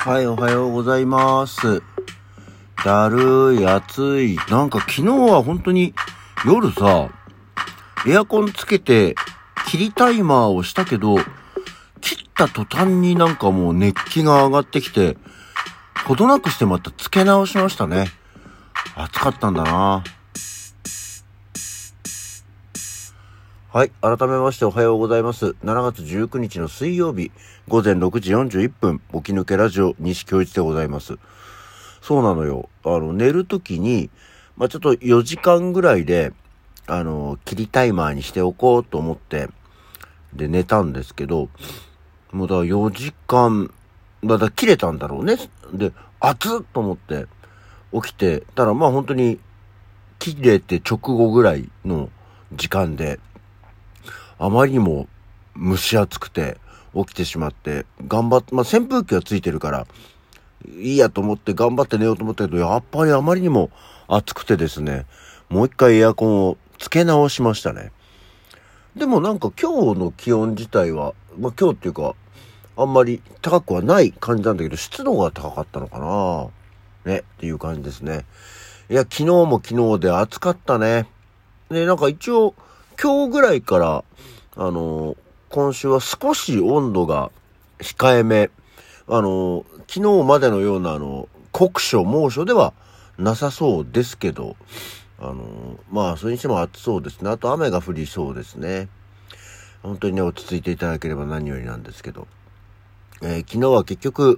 はい、おはようございます。だるい、暑い。なんか昨日は本当に夜さ、エアコンつけて切りタイマーをしたけど、切った途端になんかもう熱気が上がってきて、ほどなくしてまたつけ直しましたね。暑かったんだな。はい。改めましておはようございます。7月19日の水曜日、午前6時41分、起き抜けラジオ、西京一でございます。そうなのよ。寝るときに、ちょっと4時間ぐらいで、切りタイマーにしておこうと思って、で、寝たんですけど、もうだから4時間、だから切れたんだろうね。で、熱っと思って、起きて、たら本当に、切れて直後ぐらいの時間で、あまりにも蒸し暑くて起きてしまって、頑張って、扇風機がついてるから、いいやと思って頑張って寝ようと思ったけど、やっぱりあまりにも暑くてですね、もう一回エアコンをつけ直しましたね。でもなんか今日の気温自体は、今日っていうか、あんまり高くはない感じなんだけど、湿度が高かったのかなね、っていう感じですね。いや、昨日も昨日で暑かったね。で、なんか一応、今日ぐらいから、今週は少し温度が控えめ。昨日までのような酷暑、猛暑ではなさそうですけど、それにしても暑そうですね。あと雨が降りそうですね。本当にね、落ち着いていただければ何よりなんですけど。昨日は結局、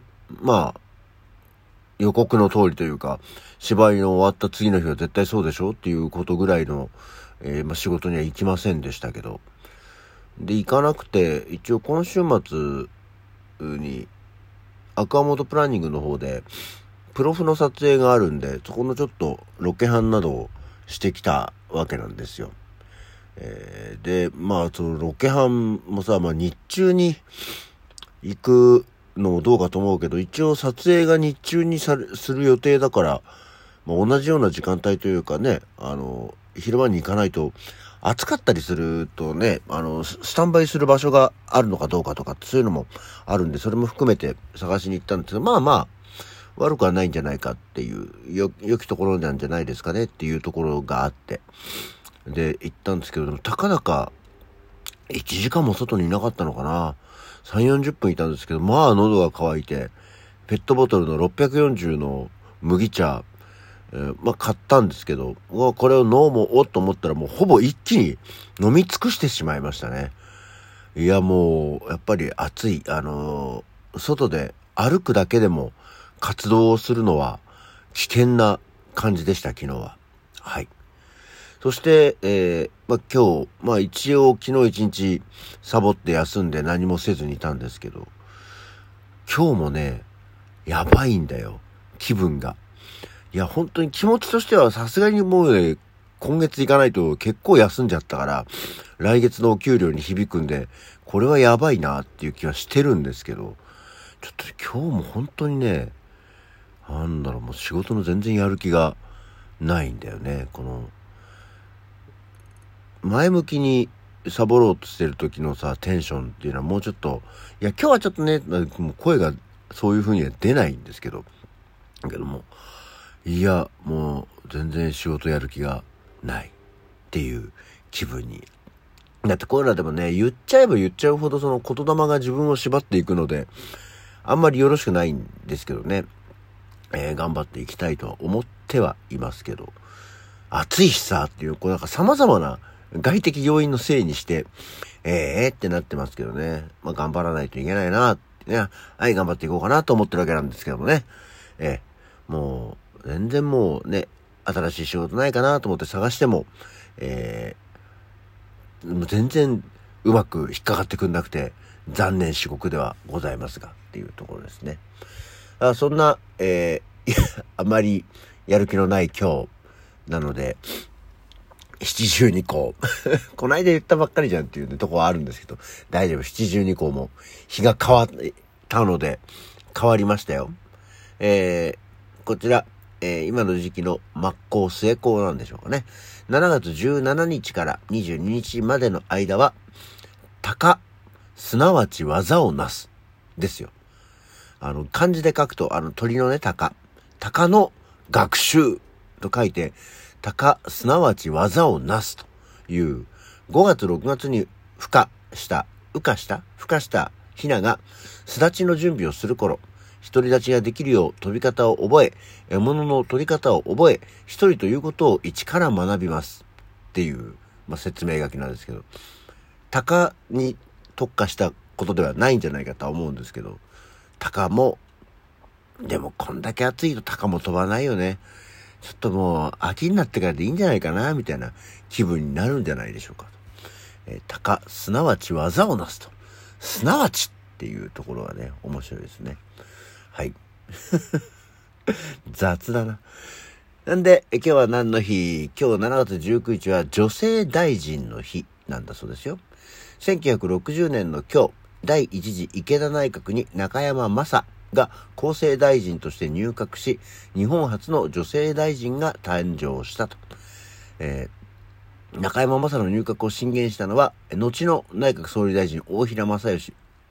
予告の通りというか、芝居の終わった次の日は絶対そうでしょっていうことぐらいの、仕事には行きませんでしたけど。で、行かなくて、一応今週末に、アクアモードプランニングの方で、プロフの撮影があるんで、そこのちょっとロケハンなどをしてきたわけなんですよ。で、そのロケハンもさ、日中に行くのもどうかと思うけど、一応撮影が日中にする予定だから、同じような時間帯というかね、昼間に行かないと、暑かったりするとね、スタンバイする場所があるのかどうかとか、そういうのもあるんで、それも含めて探しに行ったんですけど、悪くはないんじゃないかっていう、良きところなんじゃないですかねっていうところがあって、で、行ったんですけど、でも、たかだか、1時間も外にいなかったのかな。3、40分いたんですけど、喉が渇いて、ペットボトルの640の麦茶、買ったんですけど、これを飲もうと思ったらもうほぼ一気に飲み尽くしてしまいましたね。いやもう、やっぱり暑い。外で歩くだけでも活動をするのは危険な感じでした、昨日は。はい。そして、今日、一応昨日一日サボって休んで何もせずにいたんですけど、今日もね、やばいんだよ。気分が。いや、本当に気持ちとしてはさすがにもうね、今月行かないと結構休んじゃったから、来月のお給料に響くんで、これはやばいなっていう気はしてるんですけど、ちょっと今日も本当にね、もう仕事の全然やる気がないんだよね。前向きにサボろうとしてる時のさ、テンションっていうのはもうちょっと、いや、今日はちょっとね、もう声がそういう風には出ないんですけど、いや、もう全然仕事やる気がないっていう気分に。だってこういうのはでもね、言っちゃえば言っちゃうほどその言霊が自分を縛っていくので、あんまりよろしくないんですけどね。頑張っていきたいとは思ってはいますけど、暑いしさっていう、なんか様々な外的要因のせいにして、ってなってますけどね。頑張らないといけないなってね。はい、頑張っていこうかなと思ってるわけなんですけどもね。もう、全然もうね、新しい仕事ないかなと思って探しても、もう全然うまく引っかかってくんなくて、残念至極ではございますが、っていうところですね。そんな、あまりやる気のない今日なので、七十二候こないだ言ったばっかりじゃんっていうね、とこはあるんですけど、大丈夫、七十二候も日が変わったので、変わりましたよ。こちら、今の時期の末候末候なんでしょうかね。7月17日から22日までの間は、鷹、すなわち技をなす。ですよ。 漢字で書くと、鳥のね、鷹の学習と書いて、鷹、すなわち技をなすという、5月6月に孵化したヒナが、巣立ちの準備をする頃、独り立ちができるよう飛び方を覚え、獲物の取り方を覚え、一人ということを一から学びますっていう、説明書きなんですけど、鷹に特化したことではないんじゃないかとは思うんですけど、鷹も、でもこんだけ暑いと鷹も飛ばないよね。ちょっともう秋になってからでいいんじゃないかなみたいな気分になるんじゃないでしょうか。鷹、すなわち技をなすと。すなわちっていうところがね、面白いですね。はい。雑だな。なんで、今日は何の日？今日7月19日は女性大臣の日なんだそうですよ。1960年の今日、第一次池田内閣に中山雅が厚生大臣として入閣し、日本初の女性大臣が誕生したと。中山雅の入閣を進言したのは、後の内閣総理大臣大平正義。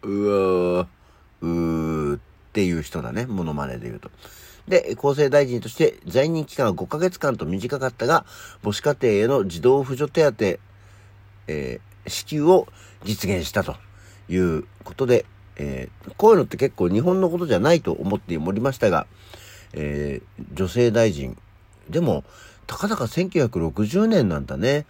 っていう人だね。モノマネで言うと。で、厚生大臣として在任期間は5ヶ月間と短かったが、母子家庭への児童扶助手当、支給を実現したということで、こういうのって結構日本のことじゃないと思っておりましたが、女性大臣。でも、たかだか1960年なんだね。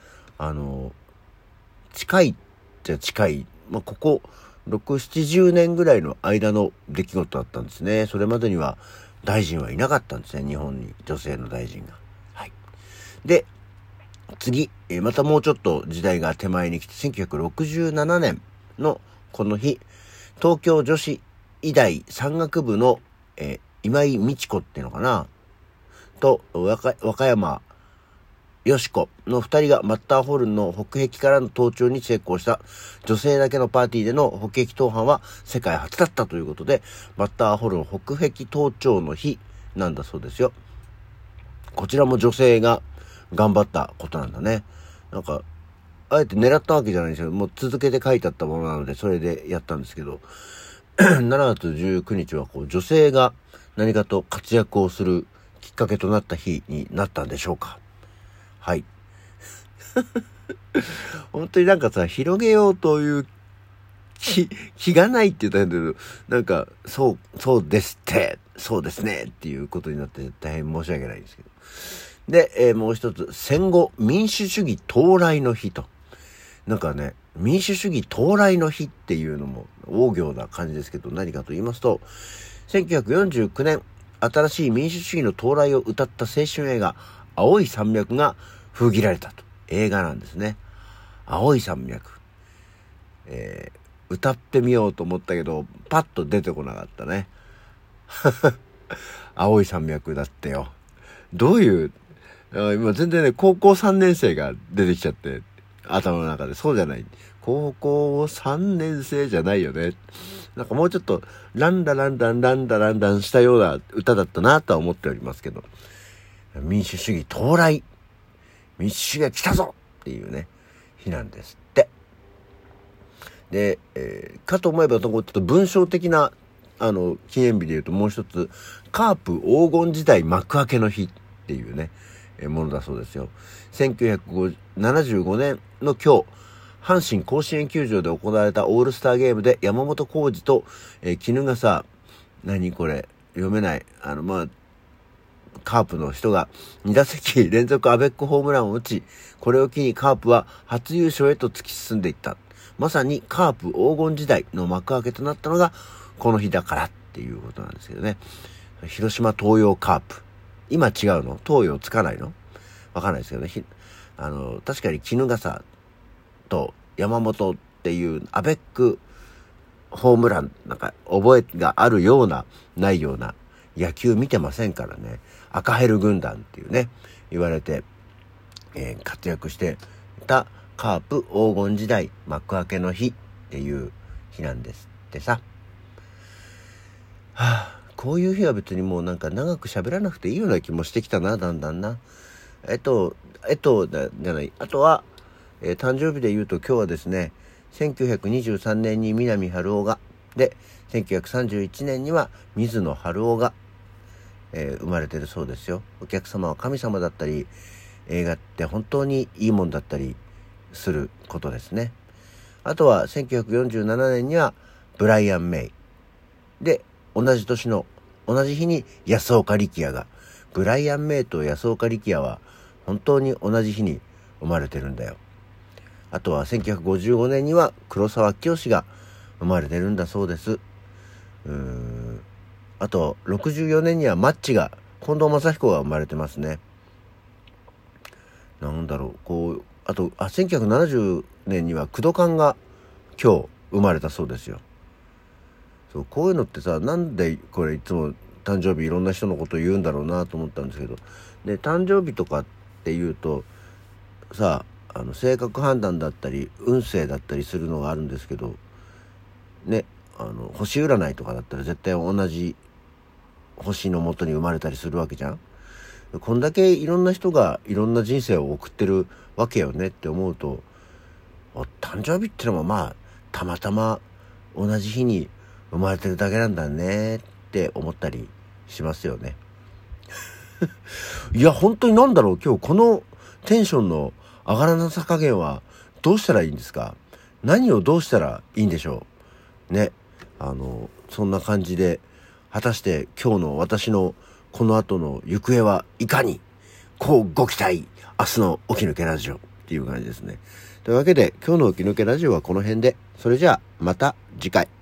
近いっちゃ近い。ここ、6、70年ぐらいの間の出来事だったんですね。それまでには大臣はいなかったんですね。日本に女性の大臣が。はい。で、次、またもうちょっと時代が手前に来て、1967年のこの日、東京女子医大山岳部の、今井美智子っていうのかなと、若山よしこの二人がマッターホルンの北壁からの登頂に成功した女性だけのパーティーでの北壁登攀は世界初だったということで、マッターホルン北壁登頂の日なんだそうですよ。こちらも女性が頑張ったことなんだね。なんか、あえて狙ったわけじゃないんですよ。もう続けて書いてあったものなので、それでやったんですけど、7月19日は女性が何かと活躍をするきっかけとなった日になったんでしょうか。はい。本当になんかさ、広げようという気がないって言ったんだけど、なんか、そうですって、そうですねっていうことになって大変申し訳ないんですけど。で、もう一つ、戦後民主主義到来の日と。なんかね、民主主義到来の日っていうのも大行な感じですけど、何かと言いますと、1949年、新しい民主主義の到来を歌った青春映画、青い山脈が封切られたと。映画なんですね。青い山脈。歌ってみようと思ったけど、パッと出てこなかったね。青い山脈だってよ。どういう、今全然ね、高校3年生が出てきちゃって、頭の中で。そうじゃない。高校3年生じゃないよね。なんかもうちょっと、ランダランダンランダランダンしたような歌だったなとは思っておりますけど。民主主義到来。民主主義が来たぞっていうね、日なんですって。で、かと思えば、ちょっと文章的な、記念日で言うともう一つ、カープ黄金時代幕開けの日っていうね、ものだそうですよ。1975年の今日、阪神甲子園球場で行われたオールスターゲームで山本浩二と、衣笠、何これ、読めない。カープの人が2打席連続アベックホームランを打ち、これを機にカープは初優勝へと突き進んでいった。まさにカープ黄金時代の幕開けとなったのがこの日だからっていうことなんですけどね。広島東洋カープ。今違うの？東洋つかないの？わかんないですけどね。確かに衣笠と山本っていうアベックホームランなんか覚えがあるようなないような野球見てませんからね。赤ヘル軍団っていうね言われて、活躍してたカープ黄金時代幕開けの日っていう日なんですってさ。こういう日は別にもうなんか長く喋らなくていいような気もしてきたな、だんだんな。じゃない。あとは、誕生日で言うと今日はですね、1923年に南春夫がで、1931年には水野晴郎が、生まれてるそうですよ。お客様は神様だったり、映画って本当にいいもんだったりすることですね。あとは1947年にはブライアン・メイ。で、同じ日に安岡力也が、ブライアン・メイと安岡力也は本当に同じ日に生まれてるんだよ。あとは1955年には黒沢清が生まれてるんだそうです。あと64年にはマッチが、近藤正彦が生まれてますね。なんだろう、1970年には工藤勘が今日生まれたそうですよ。そう、こういうのってさ、なんでこれいつも誕生日いろんな人のことを言うんだろうなと思ったんですけど、ね、誕生日とかっていうとさ、性格判断だったり運勢だったりするのがあるんですけどね、星占いとかだったら絶対同じ星の元に生まれたりするわけじゃん。こんだけいろんな人がいろんな人生を送ってるわけよねって思うと、誕生日ってのもまあたまたま同じ日に生まれてるだけなんだねって思ったりしますよね。いや本当になんだろう、今日このテンションの上がらなさ加減はどうしたらいいんですか？何をどうしたらいいんでしょうね。そんな感じで、果たして今日の私のこの後の行方はいかに、こうご期待、明日の起き抜けラジオっていう感じですね。というわけで今日の起き抜けラジオはこの辺で、それじゃあまた次回。